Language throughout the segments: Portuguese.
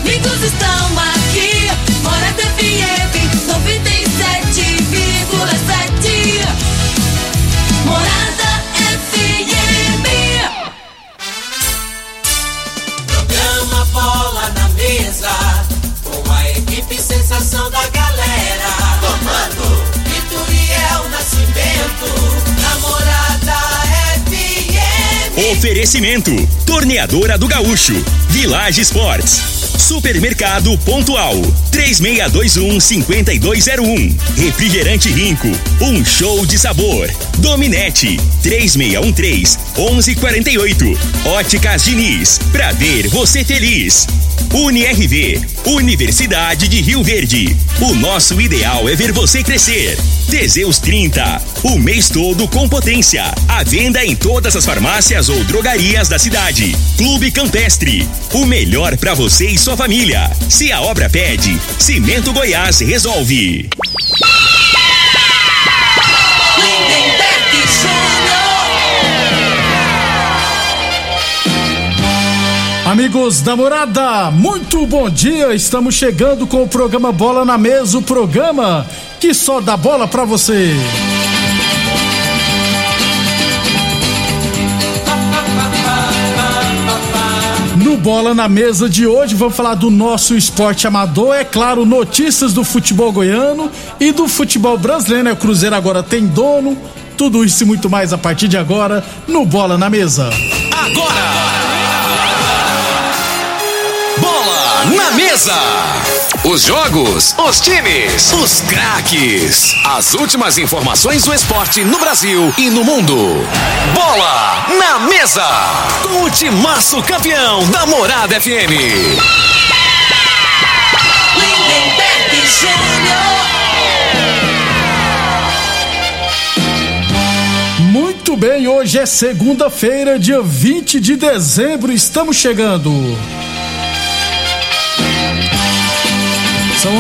amigos estão aqui. Morada FM 97,7. Morada FM. Programa Bola na Mesa, com a equipe sensação da galera. Comando Vitoriel Nascimento, na Morada FM. Oferecimento: Torneadora do Gaúcho, Village Sports, Supermercado Pontual, 3621-5201, Refrigerante Rinco, um show de sabor, Dominete, 3613-1148, Óticas Diniz, pra ver você feliz, UniRV, Universidade de Rio Verde, o nosso ideal é ver você crescer. Teseus 30, o mês todo com potência, à venda em todas as farmácias ou drogarias da cidade. Clube Campestre, o melhor pra você e sua família. Se a obra pede, Cimento Goiás resolve. Amigos da Morada, muito bom dia. Estamos chegando com o programa Bola na Mesa, o programa que só dá bola pra você. No Bola na Mesa de hoje, vamos falar do nosso esporte amador, é claro, notícias do futebol goiano e do futebol brasileiro, né? O Cruzeiro agora tem dono, tudo isso e muito mais a partir de agora no Bola na Mesa. Agora! Bola na Mesa! Os jogos, os times, os craques. As últimas informações do esporte no Brasil e no mundo. Bola na Mesa! Com o timaço campeão da Morada FM. Lindenberg Júnior. Muito bem, hoje é segunda-feira, dia 20 de dezembro, estamos chegando. São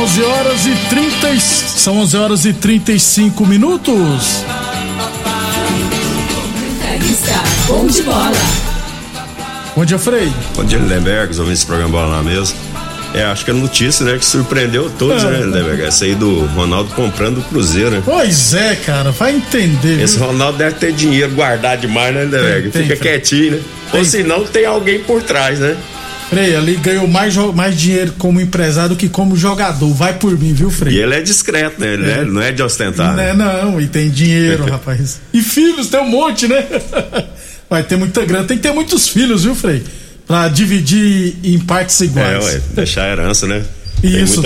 11 horas e 35 minutos. Bom de bola. Bom dia, Frei. Bom dia, Lindenberg, os ouvintes do programa Bola na Mesa. Acho que a notícia, né, que surpreendeu todos, né, Lindenberg? Essa aí do Ronaldo comprando o Cruzeiro, né? Pois é, cara, vai entender. Esse Ronaldo deve ter dinheiro guardado demais, né, Lindenberg? Fica quietinho, né? Ou senão tem alguém por trás, né? Frei, ali ganhou mais dinheiro como empresário do que como jogador. Vai por mim, viu, Frei? E ele é discreto, né? Ele não é de ostentar. Não é, não. E tem dinheiro, rapaz. E filhos, tem um monte, né? Vai ter muita grana. Tem que ter muitos filhos, viu, Frei? Pra dividir em partes iguais. Deixar a herança, né? Isso.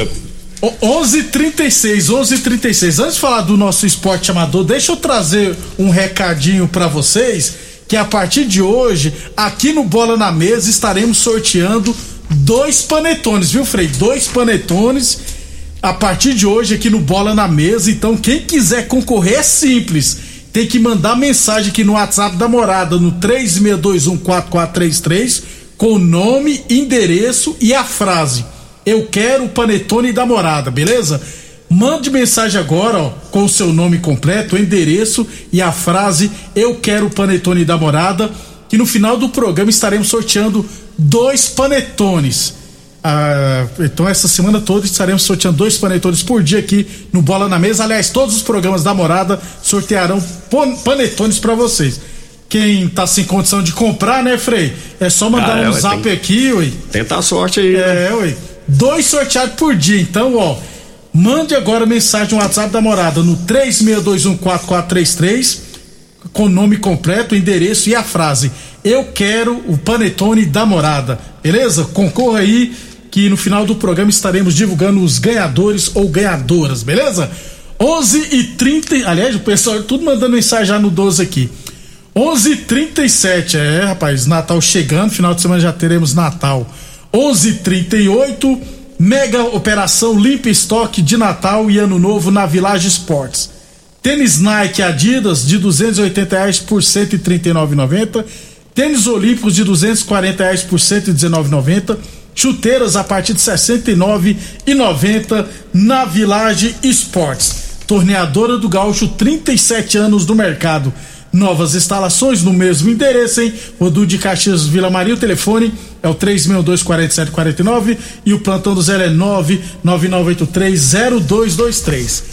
11:36. Antes de falar do nosso esporte amador, deixa eu trazer um recadinho pra vocês. Que a partir de hoje, aqui no Bola na Mesa, estaremos sorteando 2 panetones, viu, Frei? 2 panetones a partir de hoje aqui no Bola na Mesa. Então, quem quiser concorrer é simples. Tem que mandar mensagem aqui no WhatsApp da Morada, no 36214433, com nome, endereço e a frase: eu quero o panetone da Morada, beleza? Mande mensagem agora, ó, com o seu nome completo, o endereço e a frase eu quero o panetone da Morada, que no final do programa estaremos sorteando 2 panetones. Então essa semana toda estaremos sorteando 2 panetones por dia aqui no Bola na Mesa. Aliás, todos os programas da Morada sortearão panetones para vocês. Quem tá sem condição de comprar, né, Frei? É só mandar um zap aqui, ué. Tenta a sorte aí. Ué. 2 sorteados por dia. Então, ó, mande agora mensagem no WhatsApp da Morada no 36214433 com nome completo, endereço e a frase eu quero o panetone da Morada, beleza? Concorra aí que no final do programa estaremos divulgando os ganhadores ou ganhadoras, beleza? 11:30, aliás, o pessoal tudo mandando mensagem já no 12 aqui. 11:37, rapaz, Natal chegando, final de semana já teremos Natal. 11:38, mega operação limpa estoque de Natal e Ano Novo na Village Sports. Tênis Nike Adidas de R$280 por R$139,90. Tênis Olímpicos de R$240 por R$119,90. Chuteiras a partir de R$69,90 na Village Sports. Torneadora do Gaúcho, 37 anos no mercado. novas instalações no mesmo endereço, hein? Rodul de Caxias, Vila Maria, o telefone é o 362-4749 e o plantão do Zé é 999830223.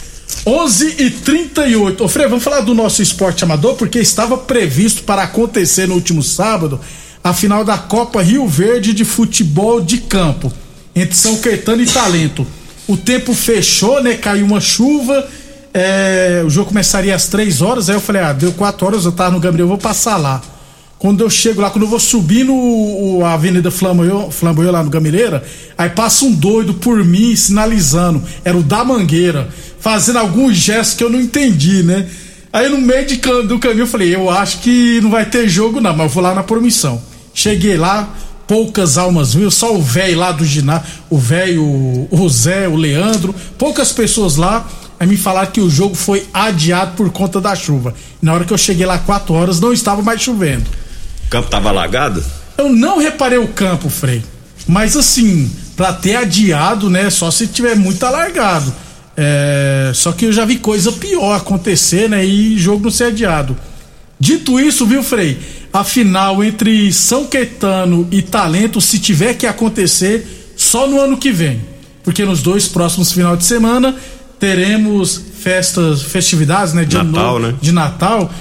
11h38. Ô Frei, vamos falar do nosso esporte amador, porque estava previsto para acontecer no último sábado a final da Copa Rio Verde de futebol de campo entre São Caetano e Talento. O tempo fechou, né? Caiu uma chuva, o jogo começaria às 3 horas, aí eu falei, deu 4 horas, eu tava no Gabriel, eu vou passar lá. Quando eu chego lá, quando eu vou subir a Avenida Flamboyant lá no Gamileira, aí passa um doido por mim, sinalizando, era o da Mangueira, fazendo alguns gestos que eu não entendi, né? Aí no meio do caminho eu falei, eu acho que não vai ter jogo não, mas eu vou lá na promissão. Cheguei lá, poucas almas viu, só o velho lá do ginásio, o velho, o Zé, o Leandro, poucas pessoas lá. Aí me falaram que o jogo foi adiado por conta da chuva. Na hora que eu cheguei lá 4 horas, não estava mais chovendo. O campo tava alagado? Eu não reparei o campo, Frei. Mas assim, pra ter adiado, né, só se tiver muito alargado. Só que eu já vi coisa pior acontecer, né, e jogo não ser adiado. Dito isso, viu, Frei? A final entre São Caetano e Talento, se tiver que acontecer, só no ano que vem. Porque nos 2 próximos final de semana teremos festividades, né? De Natal, né? De Natal.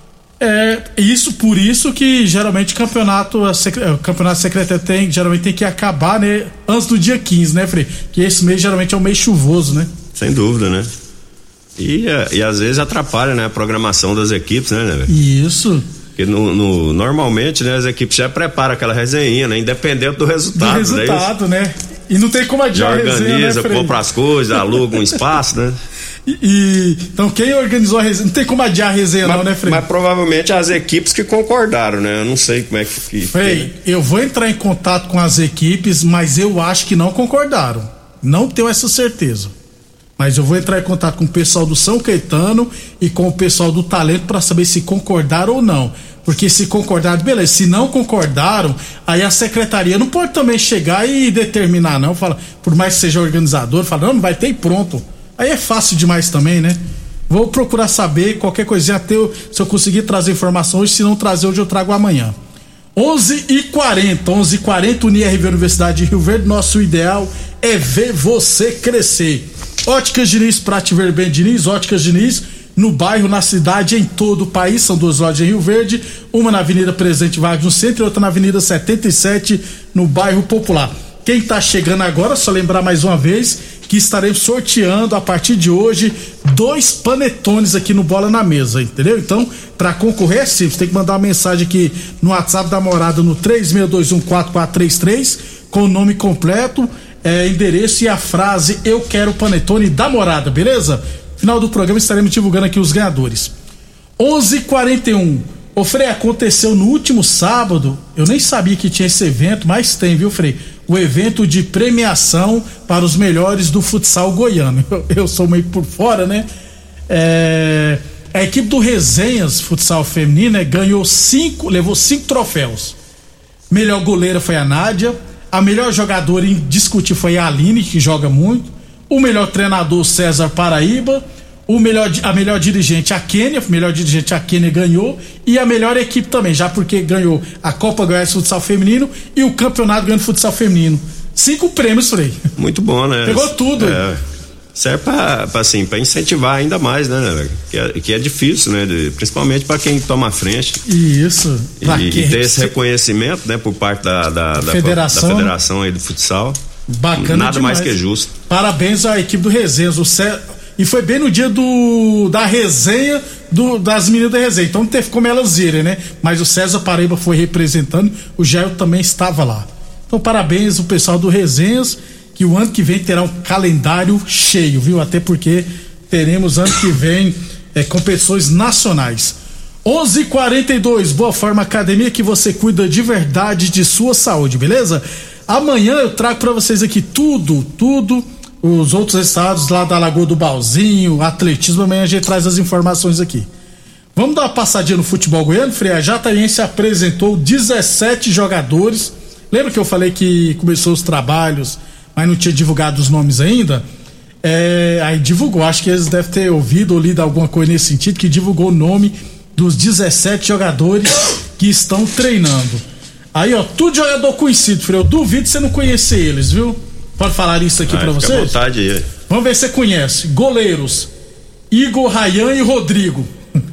Por isso que geralmente o campeonato secretário geralmente tem que acabar, né? Antes do dia 15, né, Frei? Que esse mês geralmente é um mês chuvoso, né? Sem dúvida, né? E às vezes atrapalha, né? A programação das equipes, né, velho? Isso. Porque normalmente, né, as equipes já preparam aquela resenha, né? Independente do resultado. Do resultado, né? E não tem como adiar a resenha, organiza, né, compra as coisas, aluga um espaço, né? Então quem organizou a resenha, não tem como adiar a resenha não, né, Frei? Mas provavelmente as equipes que concordaram, né? Eu não sei como é que... Frei, eu vou entrar em contato com as equipes, mas eu acho que não concordaram. Não tenho essa certeza. Mas eu vou entrar em contato com o pessoal do São Caetano e com o pessoal do Talento para saber se concordaram ou não. Porque se concordaram, beleza. Se não concordaram, aí a secretaria não pode também chegar e determinar, não. Fala, por mais que seja organizador, fala, não vai ter e pronto. Aí é fácil demais também, né? Vou procurar saber, qualquer coisinha, se eu conseguir trazer informação hoje. Se não trazer hoje, eu trago amanhã. 11h40, UniRV Universidade de Rio Verde. Nosso ideal é ver você crescer. Óticas Diniz, pra te ver bem, Diniz. Óticas Diniz, no bairro, na cidade, em todo o país. São 2 lojas em Rio Verde, uma na Avenida Presidente Vargas no centro e outra na Avenida 77 no bairro Popular. Quem tá chegando agora, só lembrar mais uma vez que estaremos sorteando a partir de hoje 2 panetones aqui no Bola na Mesa, entendeu? Então, para concorrer é simples, tem que mandar uma mensagem aqui no WhatsApp da Morada no 36214433 com o nome completo, endereço e a frase "Eu quero panetone" da Morada, beleza? Final do programa estaremos divulgando aqui os ganhadores. 11h41. Ô Frei, aconteceu no último sábado, eu nem sabia que tinha esse evento, mas tem, viu, Frei? O evento de premiação para os melhores do futsal goiano. Eu sou meio por fora, né? A equipe do Resenhas Futsal Feminino levou 5 troféus. Melhor goleira foi a Nádia. A melhor jogadora indiscutível foi a Aline, que joga muito. O melhor treinador, César Paraíba. A melhor dirigente, a Kênia. Ganhou. E a melhor equipe também, já porque ganhou a Copa Goiás Futsal Feminino e o Campeonato Goiano Futsal Feminino. 5 prêmios, Frei. Muito bom, né? Pegou tudo. Serve pra incentivar ainda mais, né? Que é difícil, né? Principalmente para quem toma a frente. Isso. E ter esse reconhecimento, né? Por parte da federação aí do futsal. Bacana. Nada demais. mais que justo. Parabéns à equipe do Resenhas. E foi bem no dia da resenha das meninas da resenha. Então não teve como elas irem, né? Mas o César Paraíba foi representando. O Jair também estava lá. Então parabéns ao pessoal do Resenhas, que o ano que vem terá um calendário cheio, viu? Até porque teremos ano que vem competições nacionais. 11h42, Boa Forma Academia, que você cuida de verdade de sua saúde, beleza? Amanhã eu trago pra vocês aqui tudo, os outros estados lá da Lagoa do Balzinho, atletismo. Amanhã a gente traz as informações aqui. Vamos dar uma passadinha no futebol goiano, Frei? A Jataiense apresentou 17 jogadores. Lembra que eu falei que começou os trabalhos, mas não tinha divulgado os nomes ainda? Aí divulgou, acho que eles devem ter ouvido ou lido alguma coisa nesse sentido, que divulgou o nome dos 17 jogadores que estão treinando. Aí, ó, tudo jogador conhecido, Frei. Eu duvido você não conhecer eles, viu? Pode falar isso aqui pra vocês? Fica à vontade aí. Vamos ver se você conhece. Goleiros: Igor, Rayan e Rodrigo.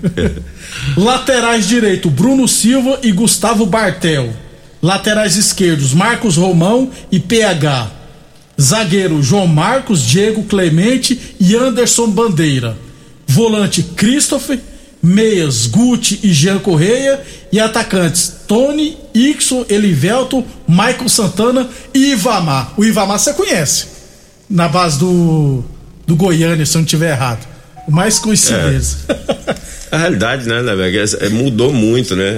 Laterais direito: Bruno Silva e Gustavo Bartel. Laterais esquerdos: Marcos Romão e PH. Zagueiro: João Marcos, Diego Clemente e Anderson Bandeira. Volante: Christopher. Meias: Guti e Jean Correia. E atacantes: Tony, Ixon, Elivelton, Michael Santana e Ivamar. O Ivamar você conhece, na base do Goiânia, se eu não estiver errado. Mais coincidência. A realidade, né, mudou muito, né?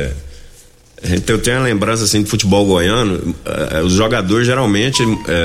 Eu tenho a lembrança assim de futebol goiano, os jogadores geralmente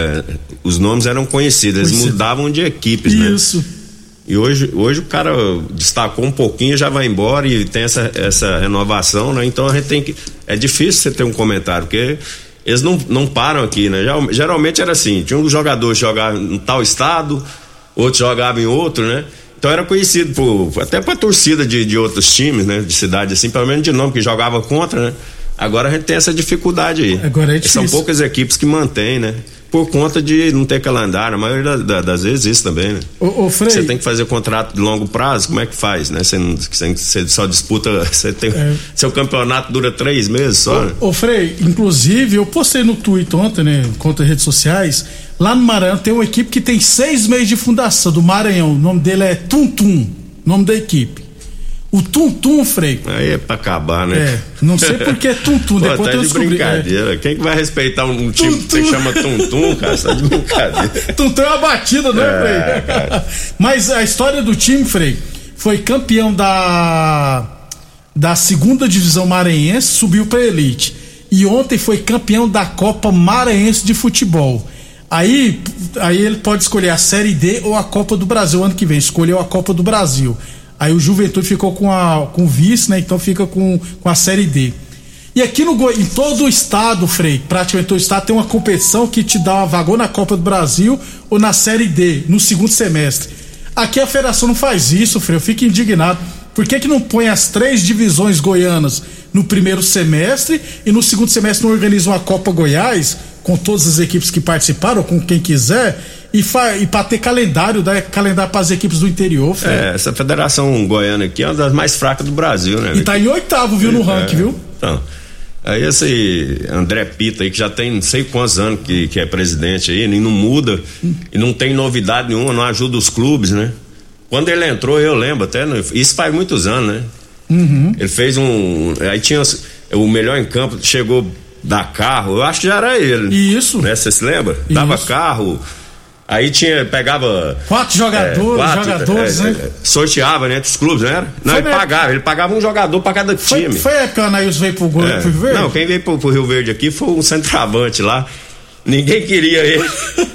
os nomes eram conhecidos, eles mudavam de equipes, né? Isso. E hoje o cara destacou um pouquinho, já vai embora e tem essa renovação, né? Então a gente tem que. É difícil você ter um comentário, porque eles não param aqui, né? Geralmente era assim: tinha um jogador que jogava em tal estado, outro jogava em outro, né? Então era conhecido até pra torcida de outros times, né? De cidade assim, pelo menos de nome, que jogava contra, né? Agora a gente tem essa dificuldade aí. Agora é difícil. São poucas equipes que mantêm, né? Por conta de não ter calendário, a maioria das vezes isso também, né? Ô Frei, você tem que fazer contrato de longo prazo, como é que faz, né? Você só disputa, seu campeonato dura 3 meses só, né? Ô Frei, inclusive eu postei no Twitter ontem, né? Contra redes sociais, lá no Maranhão tem uma equipe que tem 6 meses de fundação, do Maranhão, o nome dele é Tum-Tum, nome da equipe. O Tum-Tum, Frei. Aí é pra acabar, né? Não sei por que Tum-Tum, depois eu descobri. Brincadeira. Quem que vai respeitar um time que se chama Tum-Tum, cara? Você tá de brincadeira. Tum-Tum é uma batida, né, Frei? Cara. Mas a história do time, Frei, foi campeão da segunda divisão maranhense, subiu pra elite. E ontem foi campeão da Copa Maranhense de Futebol. Aí ele pode escolher a Série D ou a Copa do Brasil ano que vem. Escolheu a Copa do Brasil. Aí o Juventude ficou com o vice, né? Então fica com a Série D. E aqui em todo o estado, Frei, praticamente todo o estado, tem uma competição que te dá uma vaga ou na Copa do Brasil ou na Série D, no segundo semestre. Aqui a federação não faz isso, Frei, eu fico indignado. Por que não põe as 3 divisões goianas no primeiro semestre e no segundo semestre não organiza uma Copa Goiás com todas as equipes que participaram, ou com quem quiser, e para ter calendário, dar calendário para as equipes do interior, Frei. Essa federação goiana aqui é uma das mais fracas do Brasil, né? E tá em 8º, viu, no ranking, viu? Então, aí esse André Pita aí, que já tem não sei quantos anos que é presidente aí, e não muda, e não tem novidade nenhuma, não ajuda os clubes, né? Quando ele entrou, eu lembro até, isso faz muitos anos, né? Uhum. Ele fez aí tinha o melhor em campo, chegou da carro, eu acho que já era ele. Isso. Né? Você se lembra? Isso. Dava carro, aí pegava 4 jogadores, né? Sorteava, né, entre os clubes, não era? Não, ele pagava um jogador pra cada time. Foi a época que o Anaílson veio pro Rio Verde? Não, quem veio pro Rio Verde aqui foi um centroavante lá, ninguém queria ele.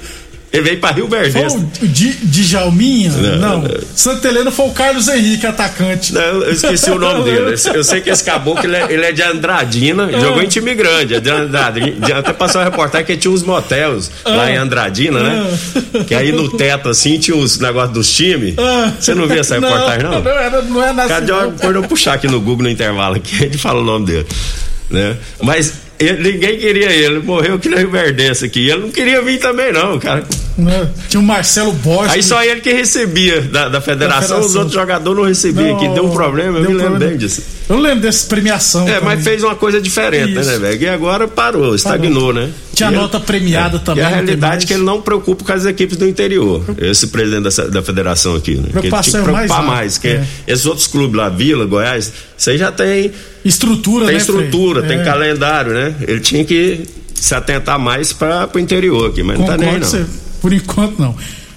Ele veio pra Rio Verde. Foi o Djalminha? Não. Santa Helena foi o Carlos Henrique, atacante. Não, eu esqueci o nome dele. Eu sei que esse caboclo, ele é de Andradina, jogou em time grande, é de Andradina. Até passou a reportagem que tinha uns motéis lá em Andradina, né? Que aí no teto, assim, tinha os negócios dos times. Você não viu essa reportagem, não? Não é nada. Quando eu puxar aqui no Google no intervalo aqui, a gente fala o nome dele, né? Mas ninguém queria ele morreu que nem o Verdense aqui. Ele não queria vir também, não, cara. Tinha o Marcelo Bosch. Aí só ele que recebia da federação, os outros jogadores não recebiam aqui. Deu um problema, eu me lembro bem disso. Eu lembro dessa premiação. Mas fez uma coisa diferente, né, velho? E agora parou, estagnou, né? Tinha nota premiada também. E a realidade é que ele não preocupa com as equipes do interior. Esse presidente da federação aqui, né? Ele tinha que preocupar mais. Que esses outros clubes lá, Vila, Goiás, isso aí já tem estrutura, tem né? Estrutura, tem calendário, né? Ele tinha que se atentar mais para o interior aqui, mas concordo, não tá nem não. Por enquanto não.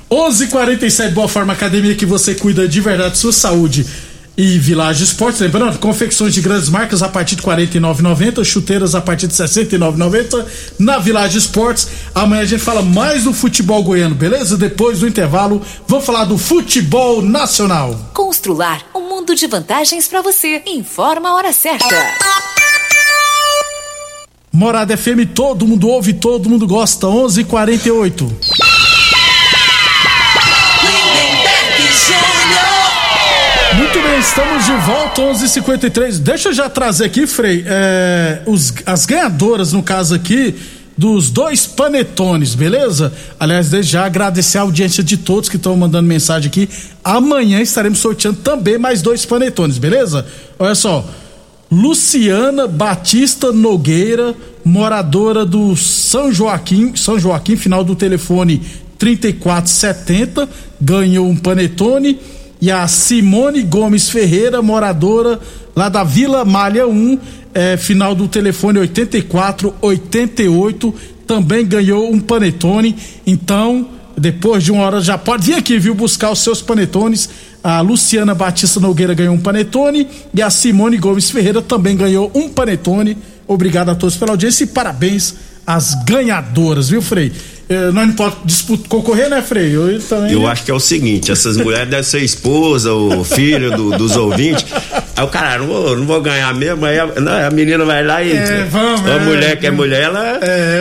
11:47, Boa Forma Academia, que você cuida de verdade sua saúde. E Village Esportes, lembrando, confecções de grandes marcas a partir de R$ 49,90, chuteiras a partir de R$ 69,90 na Village Esportes. Amanhã a gente fala mais do futebol goiano, beleza? Depois do intervalo, vamos falar do futebol nacional. Constrular um mundo de vantagens para você. Informa a hora certa. Morada FM, todo mundo ouve, todo mundo gosta. 11:48. Muito bem, estamos de volta, 11h53. Deixa eu já trazer aqui, Frei, as ganhadoras, no caso aqui, dos 2 panetones, beleza? Aliás, desde já agradecer a audiência de todos que estão mandando mensagem aqui. Amanhã estaremos sorteando também mais 2 panetones, beleza? Olha só, Luciana Batista Nogueira, moradora do São Joaquim, final do telefone 3470, ganhou um panetone. E a Simone Gomes Ferreira, moradora lá da Vila Malha 1, final do telefone 8488, também ganhou um panetone. Então, depois de uma hora já pode vir aqui, viu, buscar os seus panetones. A Luciana Batista Nogueira ganhou um panetone e a Simone Gomes Ferreira também ganhou um panetone. Obrigado a todos pela audiência e parabéns às ganhadoras, viu, Frei? Nós não podemos concorrer, né, Frei? Eu acho que é o seguinte, essas mulheres devem ser esposa ou filho dos ouvintes. Aí o cara, não vou ganhar mesmo, aí a menina vai lá e a mulher que é mulher, ela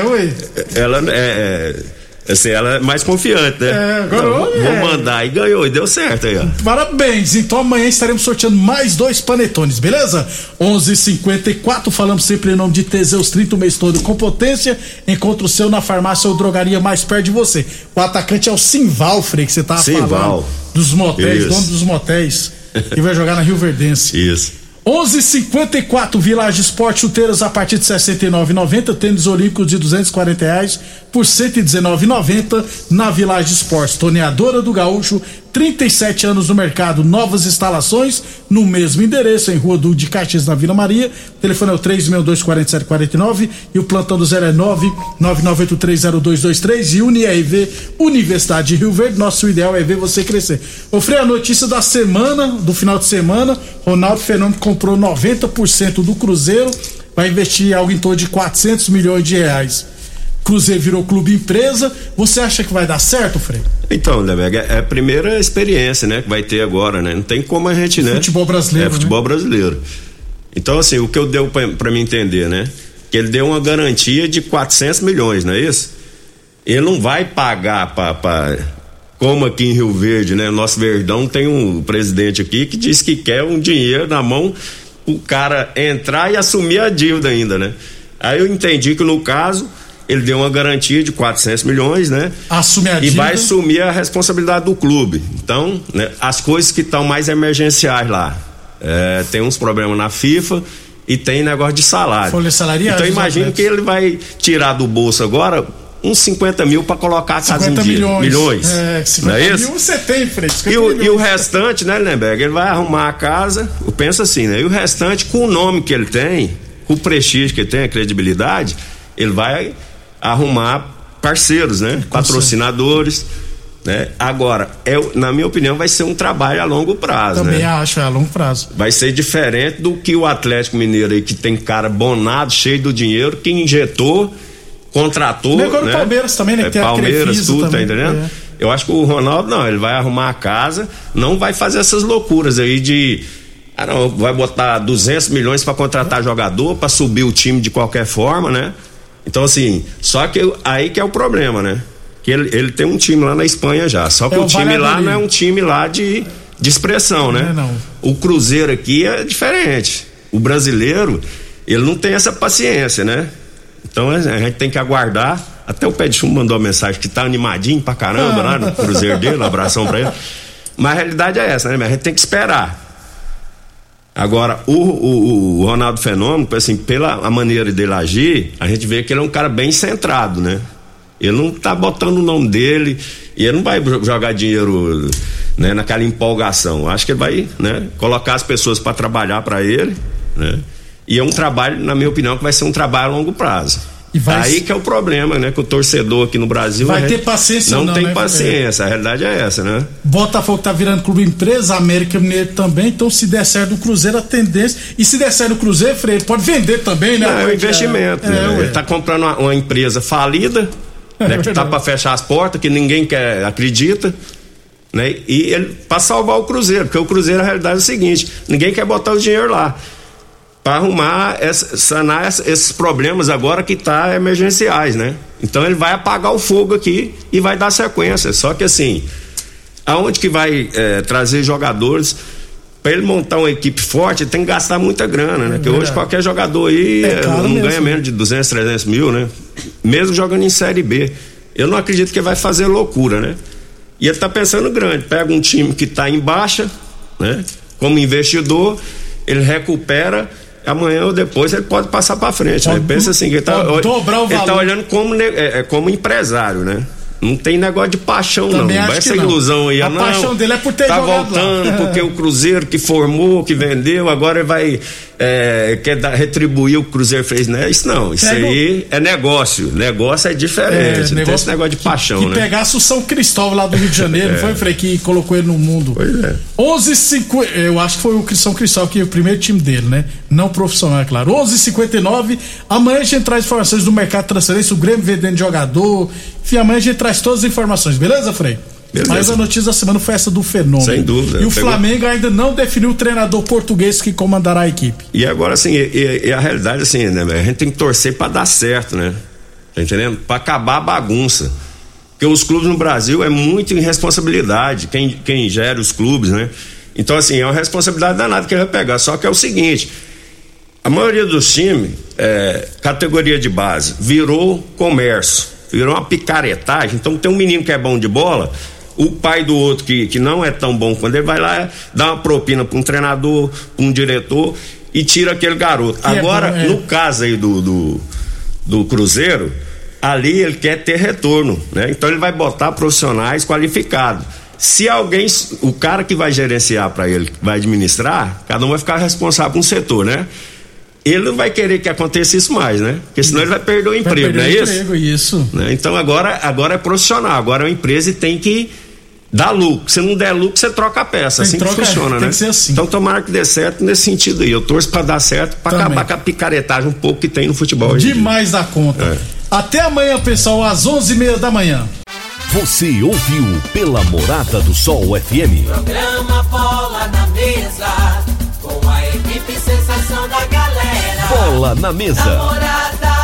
assim, ela é mais confiante, né? Agora vou mandar, e ganhou, e deu certo aí, ó. Parabéns, então amanhã estaremos sorteando mais 2 panetones, beleza? 11h54, falamos sempre em nome de Teseus 30 o mês todo com potência. Encontra o seu na farmácia ou drogaria mais perto de você. O atacante é o Simval, Frei, que você tava falando dos motéis, dono dos motéis, que vai jogar na Rio Verdense. Isso. 11h54, Village Esporte, chuteiras a partir de R$ 69,90, tênis olímpicos de R$240 por R$ 119,90 na Village Esporte. Torneadora do Gaúcho, 37 anos no mercado, novas instalações no mesmo endereço, em Rua Duque de Caxias, na Vila Maria. O telefone é o 362-4749 e o plantão do 0 é 999830223. E UniRV, Universidade de Rio Verde. Nosso ideal é ver você crescer. Ô Frei, a notícia da semana, do final de semana: Ronaldo Fenômeno comprou 90% do Cruzeiro, vai investir algo em torno de R$400 milhões. Cruzeiro virou clube empresa. Você acha que vai dar certo, Frei? Então, Leberg, é a primeira experiência, né, que vai ter agora, né? Não tem como a gente, né? Futebol brasileiro. Futebol brasileiro. Então, assim, o que eu deu pra mim entender, né? Que ele deu uma garantia de 400 milhões, não é isso? Ele não vai pagar como aqui em Rio Verde, né? Nosso Verdão tem um presidente aqui que diz que quer um dinheiro na mão, o cara entrar e assumir a dívida ainda, né? Aí eu entendi que no caso ele deu uma garantia de 400 milhões, né? Assume a dívida. E vai assumir a responsabilidade do clube. Então, né, as coisas que estão mais emergenciais lá. Tem uns problemas na FIFA e tem negócio de salário. Folha salarial. Então imagina que ele vai tirar do bolso agora uns 50 mil para colocar a casa em dia. Milhões. 50 mil você tem, Frei. E o restante, né, Lemberg? Ele vai arrumar a casa, eu penso assim, né? E o restante, com o nome que ele tem, com o prestígio que ele tem, a credibilidade, ele vai arrumar parceiros, né? Patrocinadores, né? Agora, na minha opinião, vai ser um trabalho a longo prazo. Também né? acho, a longo prazo. Vai ser diferente do que o Atlético Mineiro aí, que tem cara bonado, cheio do dinheiro, que injetou, contratou, né? O Palmeiras também, né? Que tem Palmeiras, tudo, também, tá entendendo? Eu acho que o Ronaldo, não, ele vai arrumar a casa, não vai fazer essas loucuras aí de... não, vai botar 200 milhões para contratar jogador, para subir o time de qualquer forma, né? Então, assim, só que aí que é o problema, né? Que ele tem um time lá na Espanha já, só que o time lá não é um time lá de expressão, né? Não. O Cruzeiro aqui é diferente. O brasileiro, ele não tem essa paciência, né? Então a gente tem que aguardar. Até o Pé de Chumbo mandou uma mensagem que tá animadinho pra caramba lá no Cruzeiro dele, um abração pra ele. Mas a realidade é essa, né? A gente tem que esperar. Agora, o Ronaldo Fenômeno, assim, pela maneira dele agir, a gente vê que ele é um cara bem centrado, né? Ele não tá botando o nome dele, e ele não vai jogar dinheiro, né, naquela empolgação. Acho que ele vai, né, colocar as pessoas para trabalhar para ele, né? E é um trabalho, na minha opinião, que vai ser um trabalho a longo prazo. Aí que é o problema, né? Que o torcedor aqui no Brasil vai ter paciência não tem né? paciência, a realidade é essa, né? Botafogo tá virando clube empresa, América Mineiro também, então se der certo o Cruzeiro, a tendência, e se der certo o Cruzeiro, Frei, pode vender também, né? É um investimento, né? Ele tá comprando uma empresa falida, né? Que tá para fechar as portas, que ninguém acredita, né? E ele, para salvar o Cruzeiro, porque o Cruzeiro, a realidade é o seguinte, ninguém quer botar o dinheiro lá para arrumar, sanar esses problemas agora que tá emergenciais, né? Então ele vai apagar o fogo aqui e vai dar sequência. Só que assim, aonde que vai trazer jogadores Pra ele montar uma equipe forte, tem que gastar muita grana, né? Porque hoje qualquer jogador aí não ganha menos de 200, 300 mil, né? Mesmo jogando em Série B. Eu não acredito que ele vai fazer loucura, né? E ele tá pensando grande. Pega um time que tá em baixa, né? Como investidor, ele recupera, amanhã ou depois ele pode passar pra frente, né? Pensa assim, que ele tá olhando como empresário, né? Não tem negócio de paixão, também não. Vai essa ilusão aí. A paixão dele é por ter jogado voltando lá. Porque o Cruzeiro que formou, que vendeu, agora ele vai quer retribuir o que o Cruzeiro fez, né? Isso não, isso aí é negócio. Negócio é diferente. Não tem esse negócio de paixão, né? Que pegasse o São Cristóvão lá do Rio de Janeiro, foi o Frei que colocou ele no mundo. Pois é. 11h50, eu acho que foi o São Cristóvão que é o primeiro time dele, né? Não profissional, é claro. 11h59, amanhã a gente traz informações do mercado de transferência, o Grêmio vendendo jogador. Enfim, amanhã a gente traz todas as informações, beleza, Frei? Beleza. Mas a notícia da semana foi essa do Fenômeno. Sem dúvida. E o Flamengo ainda não definiu o treinador português que comandará a equipe. E agora, assim, a realidade, assim, né? A gente tem que torcer pra dar certo, né? Tá entendendo? Pra acabar a bagunça. Porque os clubes no Brasil é muita irresponsabilidade. Quem gera os clubes, né? Então, assim, é uma responsabilidade danada que ele vai pegar. Só que é o seguinte: a maioria dos times, categoria de base, virou comércio. Virou uma picaretagem. Então tem um menino que é bom de bola, o pai do outro que não é tão bom, quando ele vai lá, dá uma propina para um treinador, para um diretor e tira aquele garoto. Agora, no caso aí do Cruzeiro, ali ele quer ter retorno, né? Então ele vai botar profissionais qualificados. Se alguém, o cara que vai gerenciar para ele, vai administrar, cada um vai ficar responsável por um setor, né? Ele não vai querer que aconteça isso mais, né? Porque senão ele vai perder o emprego, não é isso? Isso. Né? Então agora é profissional, agora é uma empresa e tem que dar lucro. Se não der lucro, você troca a peça. Assim que funciona, né? Tem que ser assim. Então tomara que dê certo nesse sentido aí. Eu torço pra dar certo, pra acabar com a picaretagem um pouco que tem no futebol hoje. Demais da conta. Até amanhã, pessoal, às 11h30 da manhã. Você ouviu pela Morada do Sol FM. Programa Bola na Mesa, com a equipe sensação da galera. Bola na Mesa. Morada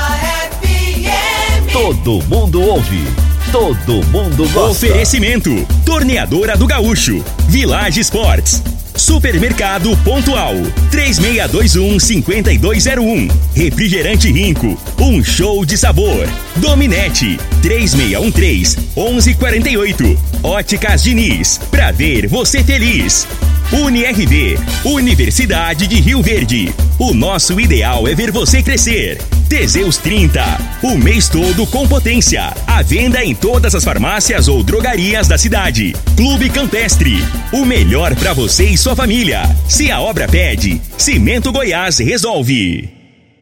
FM. Todo mundo ouve, todo mundo gosta. Oferecimento: Torneadora do Gaúcho, Village Sports, Supermercado Pontual, 3621-5201, Refrigerante Rinco, um show de sabor. Dominete, 3613-1148, Óticas Diniz, pra ver você feliz. UniRV, Universidade de Rio Verde. O nosso ideal é ver você crescer. Teseus 30, o mês todo com potência. À venda em todas as farmácias ou drogarias da cidade. Clube Campestre, o melhor pra você e sua família. Se a obra pede, Cimento Goiás resolve.